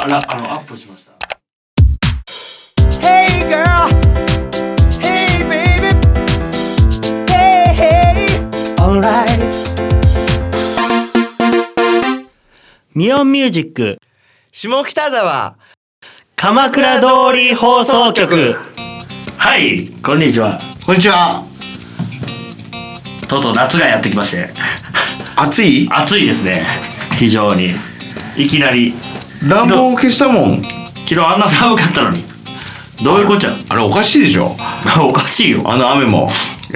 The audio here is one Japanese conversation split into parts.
アップしました。 Hey girl, hey baby, hey hey, alright. ミオンミュージック下北沢鎌倉通り放送局。はい、こんにちは。 こんにちは。 とうとう夏がやってきまして暑い？ 暑いですね。非常にいきなり暖房消したもん。 昨日あんな寒かったのにどういうこっちゃ。 あれおかしいでしょ。 おかしいよ。 あの雨も。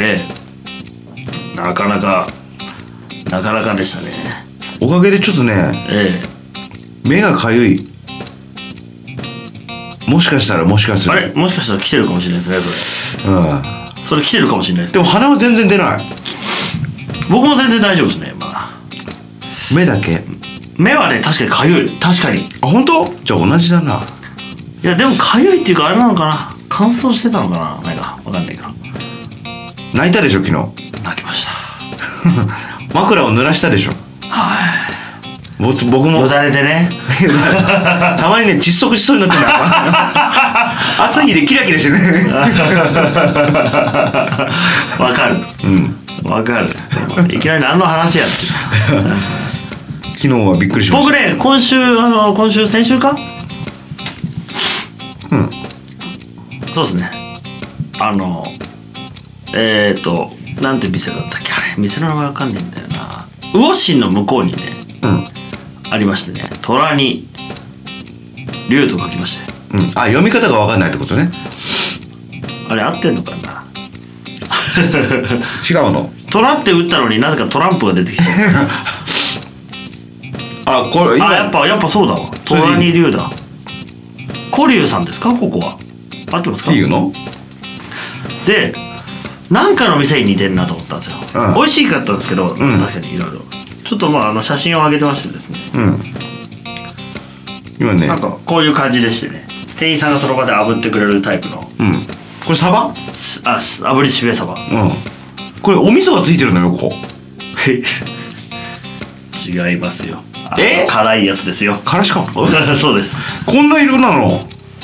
なかなかでしたね。 おかげでちょっとね、目がかゆい。もしかしたらあれもしかしたら来てるかもしれないですね。それ来てるかもしれないです。 でも鼻は全然出ない。 僕も全然大丈夫ですね。まあ目だけ。 目はね確かにかゆい。確かに。 あ、本当？じゃあ同じだな。 いやでもかゆいっていうかあれなのかな、乾燥してたのかな、なんかわかんないけど。 泣いたでしょ昨日。 泣きました枕を濡らしたでしょ。 はい。 僕もよだれでねたまにね窒息しそうになってるんだ朝日でキラキラしてねわかる。わかる。いきなり何の話やって昨日はびっくりしました。 僕ね今週先週か、そうですね。なんて店だったっけ、あれ店の名前わかんねえんだよな。魚心の向こうにね、ありましてね、虎に竜と書きまして、 あ、読み方が分かんないってことね。 あれ合ってんのかな違うの。 虎って打ったのになぜかトランプが出てきてあ、これやっぱそうだわ。虎に竜だ。古竜さんですか、ここは。合ってますかっていうので、なんかの店に似てるなと思ったんですよ。美味しかったんですけど、確かにいろいろちょっと写真を上げてましてですね、 今ね、 なんかこういう感じでしてね、店員さんがその場で炙ってくれるタイプの、 これサバ？ 炙りしめ鯖。 これお味噌がついてるのよ、ここ。 違いますよ。辛いやつですよ。 からしかそうです。 こんな色なの。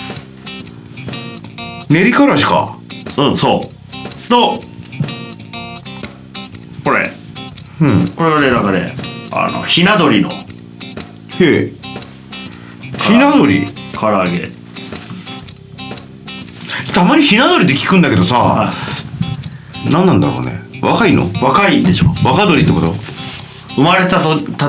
練りからしか。 そうとこれがね、なんかね、ひな鳥のひな鳥唐揚げ。 たまにひな鳥って聞くんだけどさ、何なんだろうね。若いの？ 若いでしょ。 若鳥ってこと？ 生まれた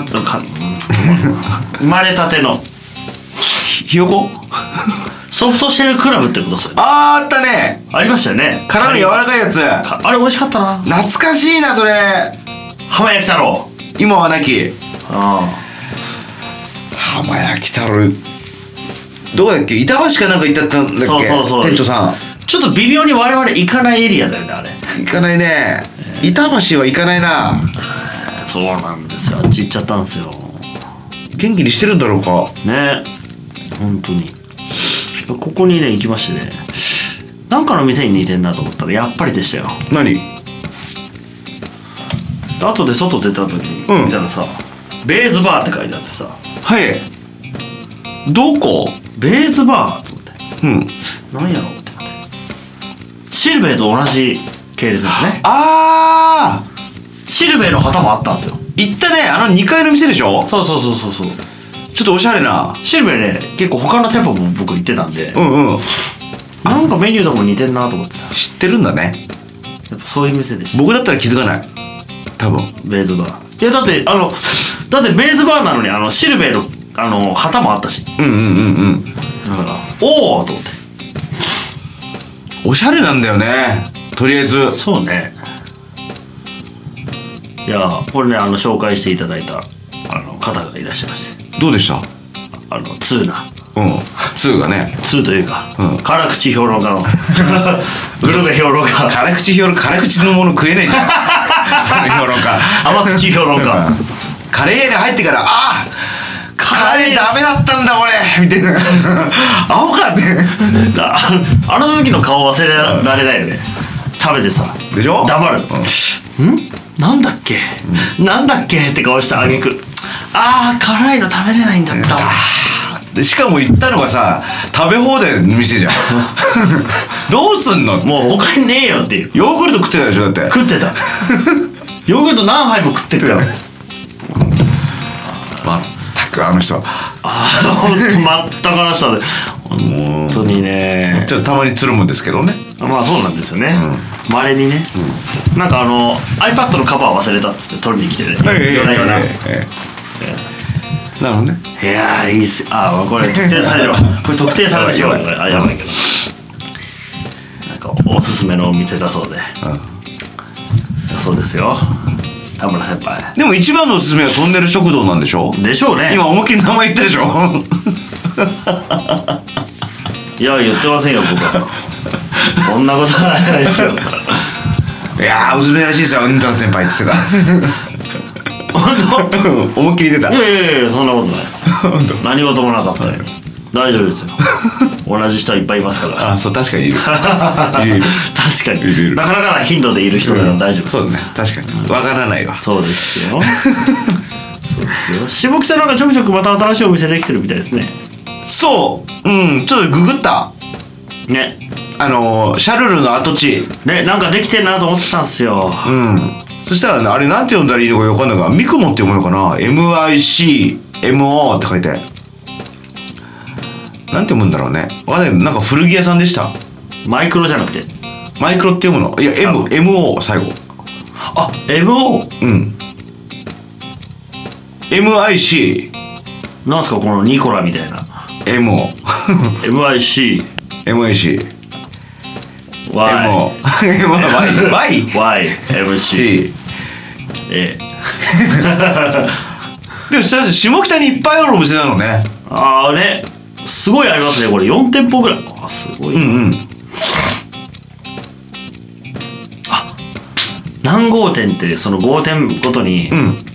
てのひよこ？ ソフトシェルクラブってことですよね。 あったね。 ありましたよね。 殻の柔らかいやつ。 あれ美味しかったな。 懐かしいなそれ。 浜焼き太郎。 今はなき。浜焼き太郎。どこだっけ？板橋かなんか行っちゃったんだっけ？そう店長さん。 ちょっと微妙に我々行かないエリアだよね、あれ。 行かないね。板橋は行かないな。 そうなんですよ。あっち行っちゃったんですよ。 元気にしてるんだろうかね。本当にここにね行きましてね、なんかの店に似てんなと思ったらやっぱりでしたよ。 何？ 後で外出た時に見たらさ、ベーズバーって書いてあってさ、 はい。どこ？ ベーズバーと思って、何やろうって思って、シルベイと同じ系列ですね。シルベイの旗もあったんですよ。 行ったね。2階の店でしょ？ そうちょっとおしゃれな。 シルベイね、結構他の店舗も僕行ってたんで、なんかメニューとかも似てんなと思ってさ。 知ってるんだね。 やっぱそういう店でした。 僕だったら気づかない多分。 ベーズバー、いやだってベーズバーなのにシルベイの旗もあったし、だからおおと思って。 おしゃれなんだよね、とりあえず。 そうね。いやこれね、紹介していただいた方がいらっしゃいまして。どうでした？ ツーな。 2がね。 2というか、辛口評論家のグルメ評論家。 辛口のもの食えないじゃん評論家。 甘口評論家。 カレー屋に入ってからカレーダメだったんだ俺みたいなアホかってあの時の顔忘れられないよね。食べてさでしょ、 黙る、なんだっけ、なんだっけって顔した挙句、辛いの食べれないんだったわ。 でしかも行ったのがさ食べ放題の店じゃんどうすんの。 もう他にねえよっていう。 ヨーグルト食ってたでしょだって。 食ってたヨーグルト何杯も食ってるからまったくあの人はほんと全くあの人で本当にねちょっとたまにつるむんですけどね。 まあそうなんですよね、まれにね、なんかiPad のカバー忘れたっつって取りに来てね夜な夜ななるほどね。 いやーいいっす。これ特定されるわこれ特定されてしまうからやばいけど、なんかおすすめのお店だそうで、そうですよ田村先輩。 でも一番のおすすめはトンネル食堂なんでしょ。 でしょうね。 今思いっきり名前言ったでしょいや言ってませんよ僕はそんなことはないですよいやーおすすめらしいですようんたん先輩って言ってた本当思いっきり出た。 いやそんなことないです何事もなかったよ、大丈夫ですよ同じ人はいっぱいいますからそう確かにいるいる確かにいるなかなかな頻度でいる人なら大丈夫です、 そうだね確かにわからないわ。 そうですよそうですよ。下北なんかちょくちょくまた新しいお店できてるみたいですね。 そうちょっとググったねシャルルの跡地ねなんかできてんなと思ってたんですよ。 そしたらねあれなんて読んだらいいのか分かんないがミクモって読むのかな MICMO って書いてなんて読むんだろうね分かんないけどなんか古着屋さんでした。 マイクロじゃなくてマイクロって読むのいや MO 最後 MO MIC なんすかこのニコラみたいな MO MIC MIC Y MC でも下北にいっぱいあるお店なのね。 ねすごいありますねこれ4店舗ぐらいすごい何号店ってその5店ごとに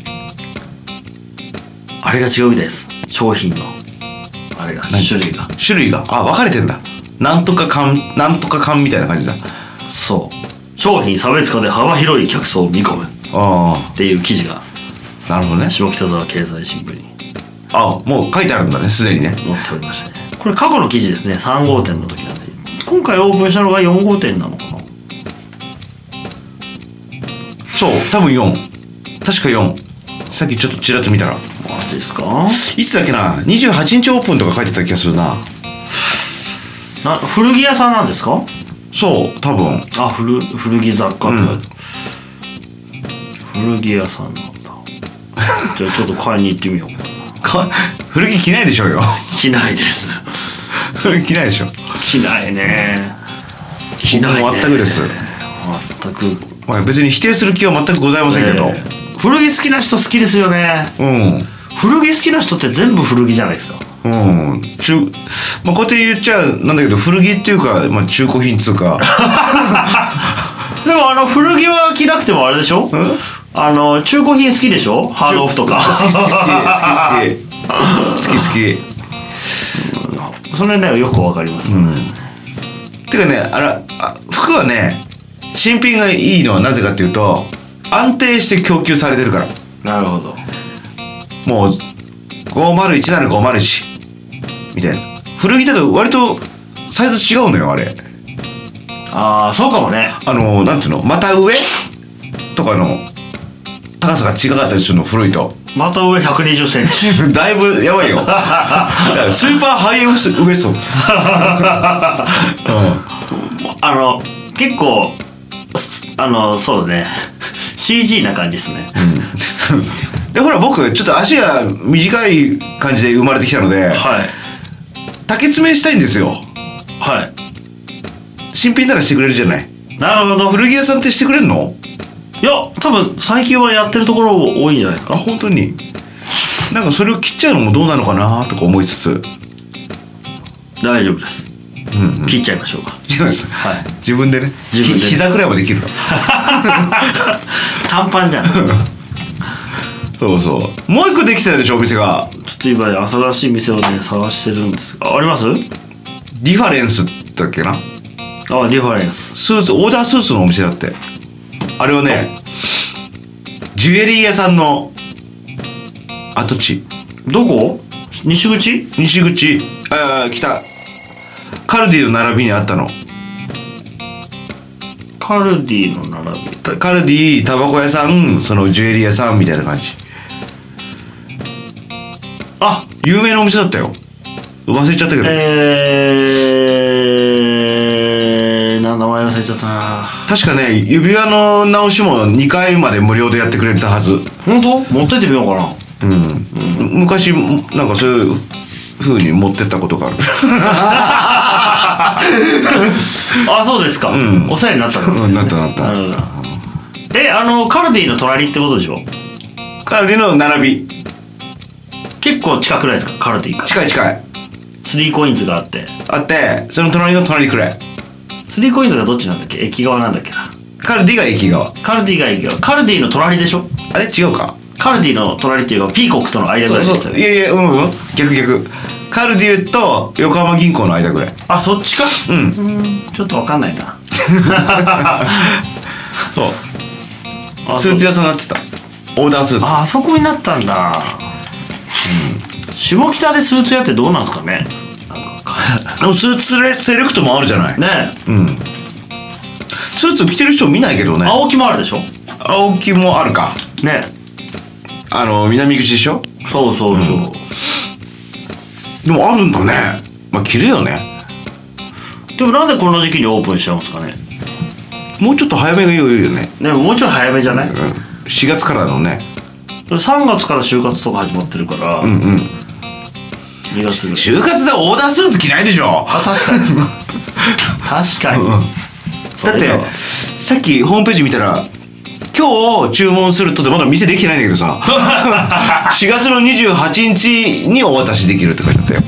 あれが違うみたいです。商品のあれが種類が分かれてんだ。なんとか缶みたいな感じだ。 そう商品差別化で幅広い客層を見込むっていう記事がなるほどね下北沢経済新聞にもう書いてあるんだねすでにね。 載っておりましたね。これ過去の記事ですね。3号店の時なんで今回オープンしたのが4号店なのかな。 そう多分4確か4さっきちょっとちらっと見たらマジですか。 いつだっけな28日オープンとか書いてた気がするな。 古着屋さんなんですか。 そう多分古着雑貨とか、古着屋さんなんだじゃあちょっと買いに行ってみよう古着着ないでしょうよ着ないです古着着ないでしょ。 着ないね着ないね全くです全く、 別に否定する気は全くございませんけど、 古着好きな人好きですよね。古着好きな人って全部古着じゃないですか。 こうやって言っちゃなんだけど古着っていうか、中古品っつうかでも古着は着なくてもあれでしょ。中古品好きでしょ。ハードオフとか好きそれねよくわかります、 てかね服はね新品がいいのはなぜかっていうと安定して供給されてるから。 なるほど。 もう501なら501みたいな。古着だと割とサイズ違うのよあれ。 そうかもね。 なんていうの股上とかの高さが違かったりするの古いと。 股上120センチだいぶやばいよだからスーパーハイウエスト結構そうだねCG な感じですね、 でほら僕ちょっと足が短い感じで生まれてきたので、竹詰めしたいんですよ。新品ならしてくれるじゃない。 なるほど。 古着屋さんってしてくれるの。 いや多分最近はやってるところ多いんじゃないですか。 本当になんかそれを切っちゃうのもどうなのかなとか思いつつ。 大丈夫です、切っちゃいましょうか。 自分でね膝くらいまで切るの短パンじゃんそうもう一個できてたでしょお店が。 ちょっと今新しい店をね探してるんですがあります。 ディファレンスだっけな。 ディファレンススーツオーダースーツのお店だって。あれはねジュエリー屋さんの跡地。 どこ。 西口北カルディの並びにあったの。 カルディの並び。 カルディ、タバコ屋さん、そのジュエリー屋さんみたいな感じ。 あ、 有名なお店だったよ。忘れちゃったけど。 名前忘れちゃったな。 確かね、指輪の直しも2回まで無料でやってくれたはず。 本当？持ってってみようかな。 昔なんかそういう風に持ってったことがある。 あ、そうですか。お世話になったんですね。 なった。 カルディの隣ってことでしょ？ カルディの並び。 結構近くないですか、カルディから。 近い。 3コインズがあって、 その隣の隣くらい。 3コインズがどっちなんだっけ？駅側なんだっけな。 カルディが駅側。 カルディが駅側。カルディの隣でしょ？ あれ違うか。 カルディの隣っていうかピーコックとの間ぐらいですよね。 いや逆。カルディと横浜銀行の間ぐらい。 あ、そっちか。ちょっとわかんないな。 そうスーツ屋さんになってた。オーダースーツ。 あそこになったんだ。下北でスーツ屋ってどうなんですかね。 でもスーツセレクトもあるじゃないね。 スーツ着てる人見ないけどね。 青木もあるでしょ。 青木もあるかね。 南口でしょ。 そう、 でもあるんだね。まあ着るよね。 でもなんでこの時期にオープンしちゃうんですかね。 もうちょっと早めがいいよね。 でももうちょい早めじゃない ？4月からのね。 3月から就活とか始まってるから。2月ぐらい。 就活でオーダースーツ着ないでしょ。 あ、確かに。 だってさっきホームページ見たら今日注文するとでまだ店できてないんだけどさ4月の28日にお渡しできるって書いてあったよ。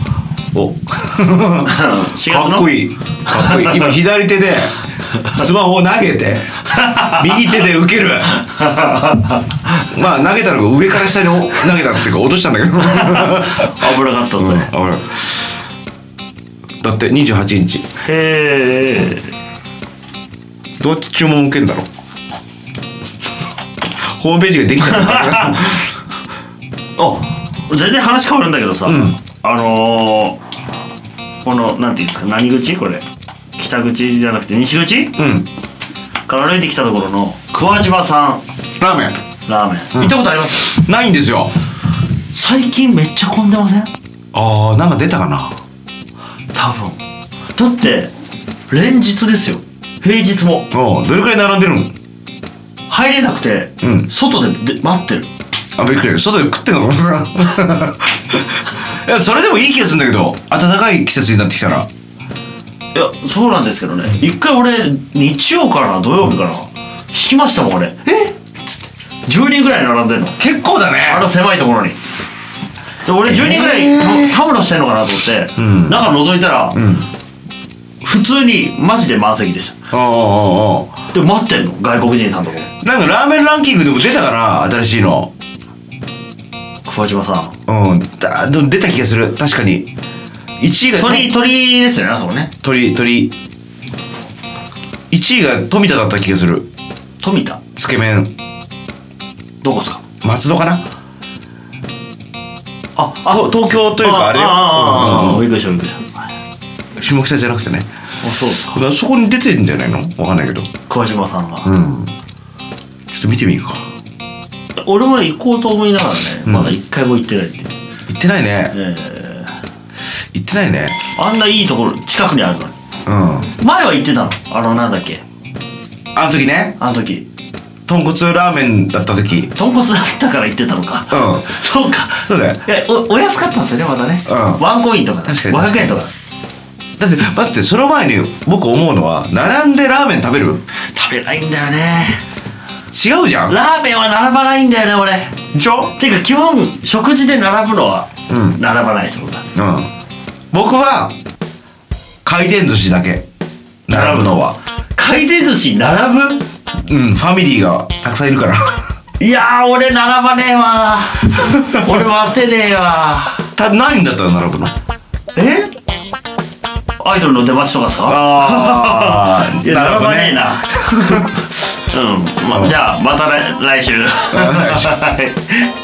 かっこいい。今左手でスマホを投げて右手で受ける。まあ投げたのが上から下に投げたっていうか落としたんだけど危なかったっすね。 だって28日。 へえ。 どうやって注文受けんだろう。ホームページができちゃった。 全然話変わるんだけどさ、このなんていうんですか、何口これ、北口じゃなくて西口、から歩いてきたところの桑島さんラーメン、 行ったことあります？ ないんですよ。 最近めっちゃ混んでません？ なんか出たかな。 多分だって連日ですよ。平日も。 どれくらい並んでるの？ 入れなくて、外で待ってる。 びっくり。外で食ってんのかな。いや、それでもいい気がするんだけど、暖かい季節になってきたら。 いや、そうなんですけどね、一回俺日曜から土曜日から引きましたもん。俺っつって10人ぐらい並んでんの。 結構だね。 狭いところに。で俺10人ぐらいたむろしてんのかなと思って、中覗いたら、普通にマジで満席でした。でも待ってんの、外国人さんとこ。 なんかラーメンランキングでも出たかな、新しいの。 桑島さん。 でも出た気がする。確かに1位が鳥ですよね、あそこね。 鳥1位が富田だった気がする。 富田つけ麺どこですか？ 松戸かな。東京というかあれよ。 びっくりした。 下北じゃなくてね。 そうですか。 そこに出てるんじゃないの？わかんないけど。 桑島さんが。 ちょっと見てみるか。 俺も行こうと思いながらね、まだ一回も行ってないっていう。 行ってないね。行ってないね。 あんないいところ近くにあるのに。前は行ってたの。なんだっけ。 あの時ね。豚骨ラーメンだった時。 豚骨だったから行ってたのか。そうか。 そうだよ。 いや、お安かったんですよね、またね。ワンコインとか。確かに。500円とか。 だって待って、その前に僕思うのは、並んでラーメン食べる？ 食べないんだよね。 違うじゃん。 ラーメンは並ばないんだよね、俺。 でしょ？ ていうか基本食事で並ぶのは並ばないですもんね。 僕は回転寿司だけ並ぶのは。 回転寿司並ぶ？ ファミリーがたくさんいるから。 いやー、俺並ばねえわ。俺待てねえわ。 何だったら並ぶの？ アイドルの出待ちとかですか？いや、並ばねえな。じゃあまた来週。